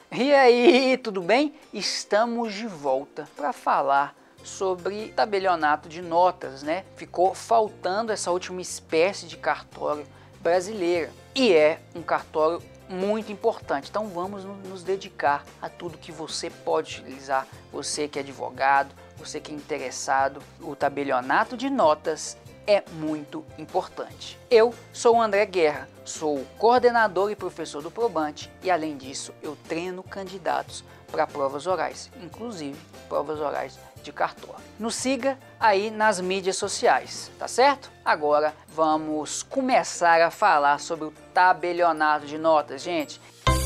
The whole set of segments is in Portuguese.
E aí, tudo bem? Estamos de volta para falar sobre tabelionato de notas, né? Ficou faltando essa última espécie de cartório brasileira e é um cartório muito importante. Então vamos nos dedicar a tudo que você pode utilizar, você que é advogado, você que é interessado. O tabelionato de notas é muito importante. Eu sou o André Guerra, sou coordenador e professor do Probante e, além disso, eu treino candidatos para provas orais, inclusive provas orais de cartório. Nos siga aí nas mídias sociais, tá certo? Agora vamos começar a falar sobre o tabelionato de notas, gente.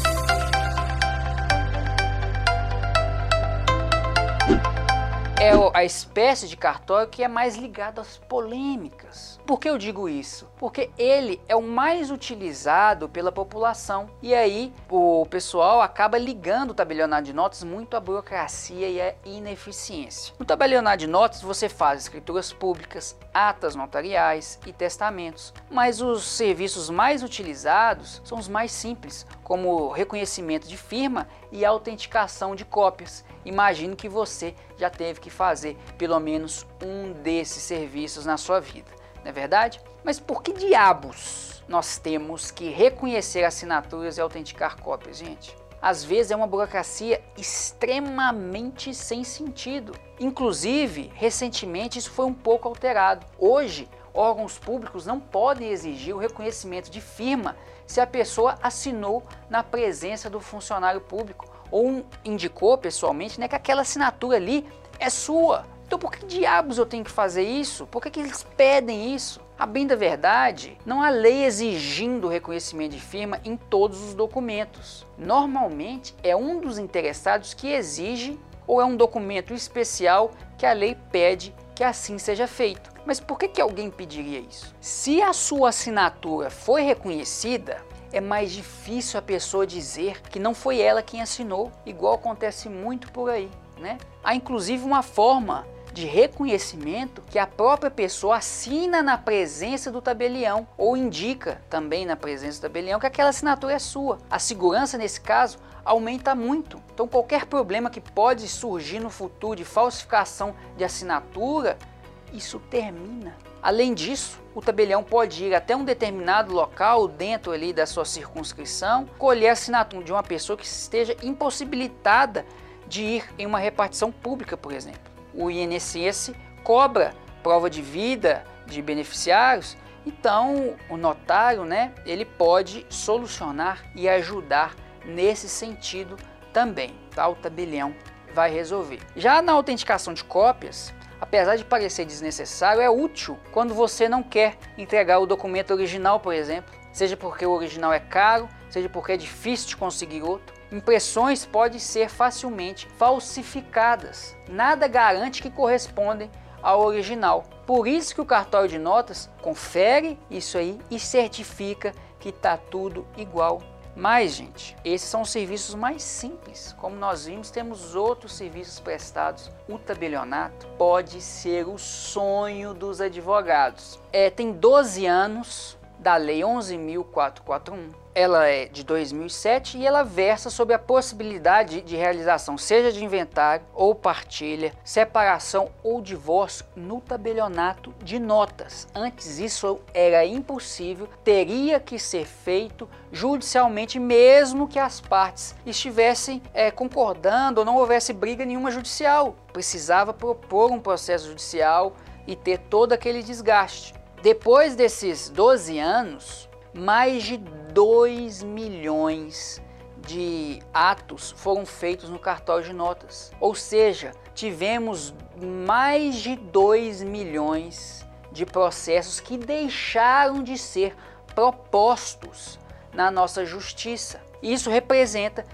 É a espécie de cartório que é mais ligado às polêmicas. Por que eu digo isso? Porque ele é o mais utilizado pela população e aí o pessoal acaba ligando o tabelionato de notas muito à burocracia e à ineficiência. No tabelionato de notas você faz escrituras públicas, atas notariais e testamentos, mas os serviços mais utilizados são os mais simples, como reconhecimento de firma e autenticação de cópias. Imagino que você já teve que fazer pelo menos um desses serviços na sua vida, não é verdade? Mas por que diabos nós temos que reconhecer assinaturas e autenticar cópias, gente? Às vezes é uma burocracia extremamente sem sentido. Inclusive, recentemente isso foi um pouco alterado. Hoje, órgãos públicos não podem exigir o reconhecimento de firma se a pessoa assinou na presença do funcionário público ou indicou pessoalmente, né, que aquela assinatura ali é sua. Então por que diabos eu tenho que fazer isso? Por que eles pedem isso? A bem da verdade, não há lei exigindo o reconhecimento de firma em todos os documentos. Normalmente é um dos interessados que exige ou é um documento especial que a lei pede que assim seja feito. Mas por que alguém pediria isso? Se a sua assinatura foi reconhecida, é mais difícil a pessoa dizer que não foi ela quem assinou, igual acontece muito por aí, né? Há inclusive uma forma de reconhecimento que a própria pessoa assina na presença do tabelião ou indica também na presença do tabelião que aquela assinatura é sua. A segurança nesse caso aumenta muito. Então qualquer problema que pode surgir no futuro de falsificação de assinatura, isso termina. Além disso, o tabelião pode ir até um determinado local dentro ali da sua circunscrição, colher a assinatura de uma pessoa que esteja impossibilitada de ir em uma repartição pública, por exemplo. O INSS cobra prova de vida de beneficiários, então o notário, né, ele pode solucionar e ajudar nesse sentido também, tá? O tabelião vai resolver. Já na autenticação de cópias, apesar de parecer desnecessário, é útil quando você não quer entregar o documento original, por exemplo, seja porque o original é caro, seja porque é difícil de conseguir outro. Impressões podem ser facilmente falsificadas. Nada garante que correspondem ao original. Por isso que o cartório de notas confere isso aí e certifica que está tudo igual. Mas, gente, esses são os serviços mais simples. Como nós vimos, temos outros serviços prestados. O tabelionato pode ser o sonho dos advogados. Tem 12 anos da Lei 11.441. Ela é de 2007 e ela versa sobre a possibilidade de realização, seja de inventário ou partilha, separação ou divórcio no tabelionato de notas. Antes isso era impossível, teria que ser feito judicialmente, mesmo que as partes estivessem concordando ou não houvesse briga nenhuma judicial. Precisava propor um processo judicial e ter todo aquele desgaste. Depois desses 12 anos, mais de 2 milhões de atos foram feitos no cartório de notas. Ou seja, tivemos mais de 2 milhões de processos que deixaram de ser propostos na nossa justiça. Isso representa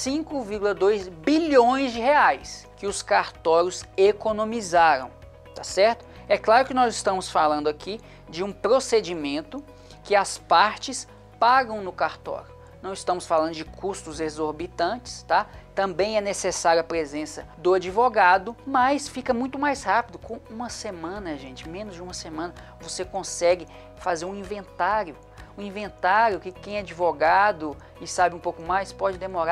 5,2 bilhões de reais que os cartórios economizaram, tá certo? É claro que nós estamos falando aqui de um procedimento que as partes pagam no cartório. Não estamos falando de custos exorbitantes, tá? Também é necessária a presença do advogado, mas fica muito mais rápido. Com uma semana, gente, menos de uma semana, você consegue fazer um inventário. Um inventário que quem é advogado e sabe um pouco mais pode demorar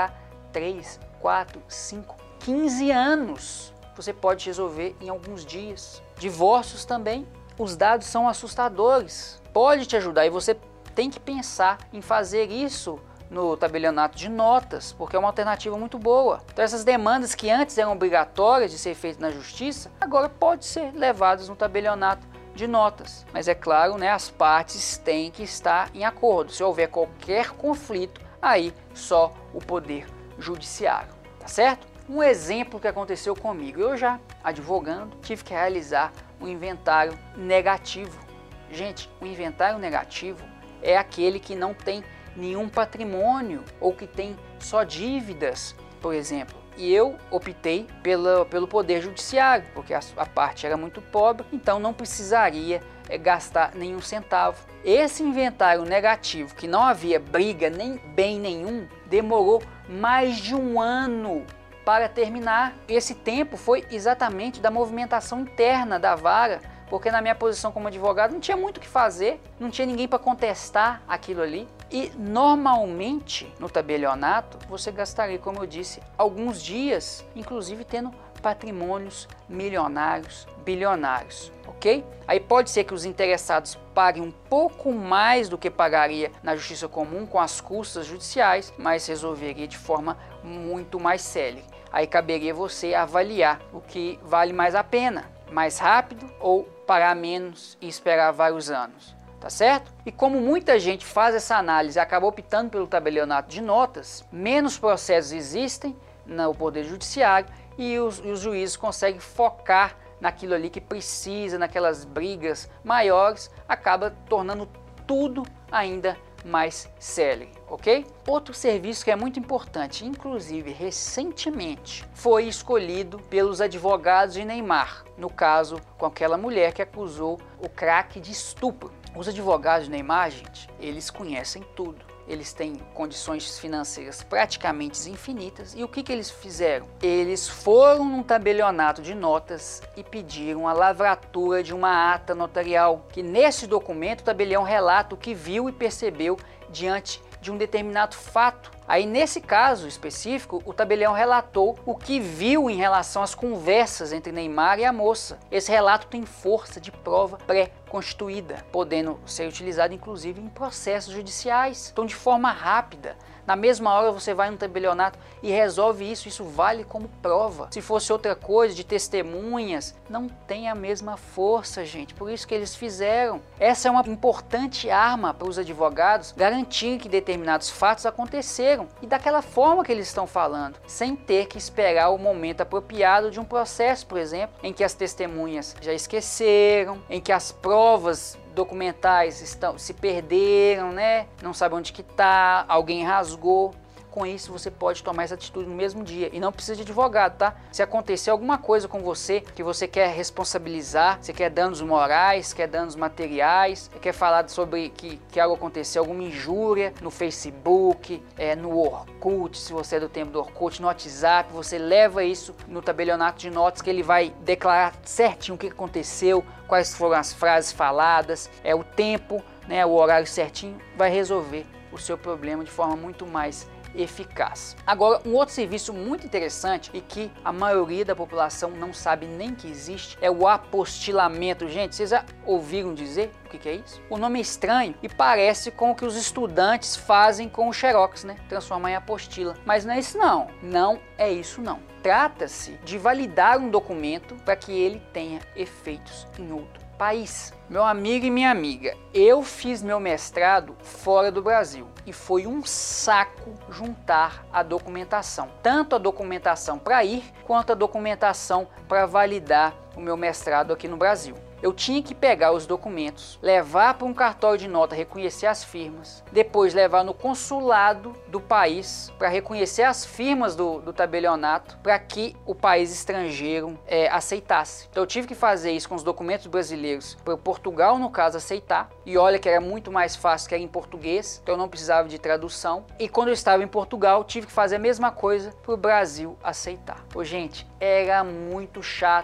3, 4, 5, 15 anos. Você pode resolver em alguns dias. Divórcios também, os dados são assustadores. Pode te ajudar e você tem que pensar em fazer isso no tabelionato de notas, porque é uma alternativa muito boa. Então essas demandas que antes eram obrigatórias de ser feitas na justiça, agora pode ser levadas no tabelionato de notas. Mas é claro, né, as partes têm que estar em acordo. Se houver qualquer conflito, aí só o poder judiciário, tá certo? Um exemplo que aconteceu comigo, eu já advogando, tive que realizar um inventário negativo. Gente, o inventário negativo é aquele que não tem nenhum patrimônio ou que tem só dívidas, por exemplo. E eu optei pelo poder judiciário, porque a parte era muito pobre, então não precisaria gastar nenhum centavo. Esse inventário negativo, que não havia briga nem bem nenhum, demorou mais de um ano para terminar. Esse tempo foi exatamente da movimentação interna da vara, porque na minha posição como advogado não tinha muito o que fazer, não tinha ninguém para contestar aquilo ali. E normalmente no tabelionato você gastaria, como eu disse, alguns dias, inclusive tendo patrimônios milionários, bilionários, ok? Aí pode ser que os interessados paguem um pouco mais do que pagaria na justiça comum com as custas judiciais, mas resolveria de forma muito mais célere. Aí caberia você avaliar o que vale mais a pena, mais rápido ou pagar menos e esperar vários anos, tá certo? E como muita gente faz essa análise e acaba optando pelo tabelionato de notas, menos processos existem no Poder Judiciário e os juízes conseguem focar naquilo ali que precisa, naquelas brigas maiores, acaba tornando tudo ainda mais célere, ok? Outro serviço que é muito importante, inclusive recentemente, foi escolhido pelos advogados de Neymar, no caso com aquela mulher que acusou o craque de estupro. Os advogados de Neymar, gente, eles conhecem tudo. Eles têm condições financeiras praticamente infinitas. E o que eles fizeram? Eles foram num tabelionato de notas e pediram a lavratura de uma ata notarial, que nesse documento o tabelião relata o que viu e percebeu diante de um determinado fato. Aí nesse caso específico, o tabelião relatou o que viu em relação às conversas entre Neymar e a moça. Esse relato tem força de prova pré-constituída, podendo ser utilizado inclusive em processos judiciais. Então de forma rápida, na mesma hora você vai no tabelionato e resolve isso, isso vale como prova. Se fosse outra coisa, de testemunhas, não tem a mesma força, gente. Por isso que eles fizeram. Essa é uma importante arma para os advogados garantirem que determinados fatos aconteceram e daquela forma que eles estão falando, sem ter que esperar o momento apropriado de um processo, por exemplo, em que as testemunhas já esqueceram, em que as provas documentais se perderam, né? Não sabe onde que tá, alguém rasgou. Com isso você pode tomar essa atitude no mesmo dia e não precisa de advogado, tá? Se acontecer alguma coisa com você que você quer responsabilizar, você quer danos morais, quer danos materiais, quer falar sobre que algo aconteceu, alguma injúria no Facebook, no Orkut, se você é do tempo do Orkut, no WhatsApp, você leva isso no tabelionato de notas que ele vai declarar certinho o que aconteceu, quais foram as frases faladas, o tempo, né, o horário certinho, vai resolver o seu problema de forma muito mais eficaz. Agora, um outro serviço muito interessante e que a maioria da população não sabe nem que existe é o apostilamento. Gente, vocês já ouviram dizer o que é isso? O nome é estranho e parece com o que os estudantes fazem com o xerox, né? Transformar em apostila. Mas não é isso não. Não é isso não. Trata-se de validar um documento para que ele tenha efeitos em outro país. Meu amigo e minha amiga, eu fiz meu mestrado fora do Brasil e foi um saco juntar a documentação. Tanto a documentação para ir, quanto a documentação para validar o meu mestrado aqui no Brasil. Eu tinha que pegar os documentos, levar para um cartório de nota, reconhecer as firmas, depois levar no consulado do país para reconhecer as firmas do tabelionato para que o país estrangeiro aceitasse. Então eu tive que fazer isso com os documentos brasileiros para Portugal, no caso, aceitar. E olha que era muito mais fácil, que era em português, então eu não precisava de tradução. E quando eu estava em Portugal, tive que fazer a mesma coisa para o Brasil aceitar. Pô, gente, era muito chato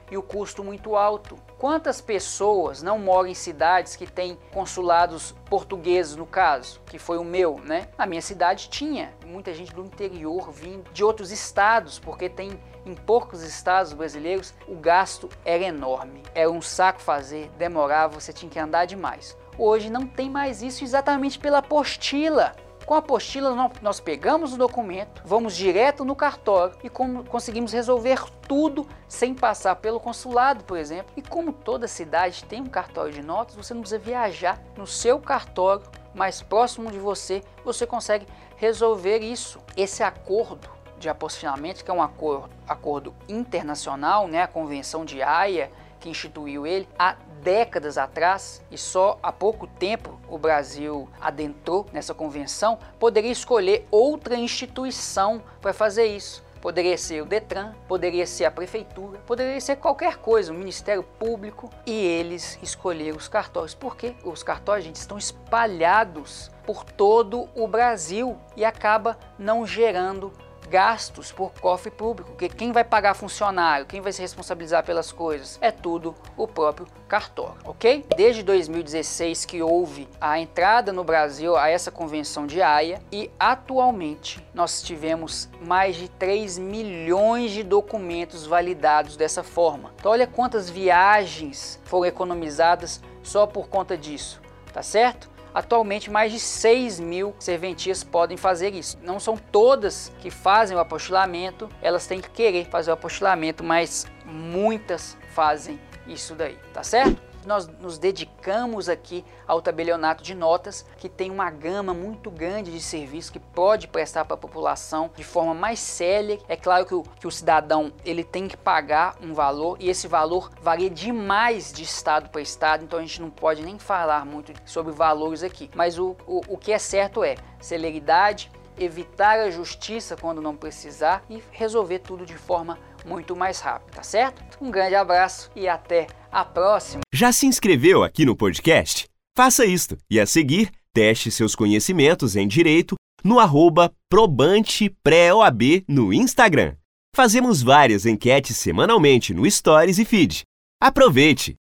e o custo muito alto. Quantas pessoas não moram em cidades que têm consulados portugueses, no caso, que foi o meu, né? A minha cidade tinha muita gente do interior vindo de outros estados, porque tem em poucos estados brasileiros o gasto era enorme. Era um saco fazer, demorava, você tinha que andar demais. Hoje não tem mais isso exatamente pela apostila. Com a apostila nós pegamos o documento, vamos direto no cartório e conseguimos resolver tudo sem passar pelo consulado, por exemplo. E como toda cidade tem um cartório de notas, você não precisa viajar. No seu cartório mais próximo de você, você consegue resolver isso. Esse acordo de apostilamento, que é um acordo internacional, né, a Convenção de Haia, que instituiu ele há décadas atrás, e só há pouco tempo o Brasil adentrou nessa convenção, poderia escolher outra instituição para fazer isso. Poderia ser o Detran, poderia ser a prefeitura, poderia ser qualquer coisa, o Ministério Público, e eles escolheram os cartórios. Por quê? Os cartórios, gente, estão espalhados por todo o Brasil e acaba não gerando gastos por cofre público, porque quem vai pagar funcionário, quem vai se responsabilizar pelas coisas, é tudo o próprio cartório, ok? Desde 2016 que houve a entrada no Brasil a essa Convenção de Haia e atualmente nós tivemos mais de 3 milhões de documentos validados dessa forma. Então olha quantas viagens foram economizadas só por conta disso, tá certo? Atualmente, mais de 6 mil serventias podem fazer isso. Não são todas que fazem o apostilamento, elas têm que querer fazer o apostilamento, mas muitas fazem isso daí, tá certo? Nós nos dedicamos aqui ao tabelionato de notas, que tem uma gama muito grande de serviços que pode prestar para a população de forma mais célere. É claro que o cidadão ele tem que pagar um valor e esse valor varia demais de estado para estado, então a gente não pode nem falar muito sobre valores aqui. Mas o que é certo é celeridade, evitar a justiça quando não precisar e resolver tudo de forma muito mais rápida, tá certo? Um grande abraço e até a próxima. Já se inscreveu aqui no podcast? Faça isto e a seguir, teste seus conhecimentos em Direito no @ProbantePré-OAB no Instagram. Fazemos várias enquetes semanalmente no Stories e Feed. Aproveite!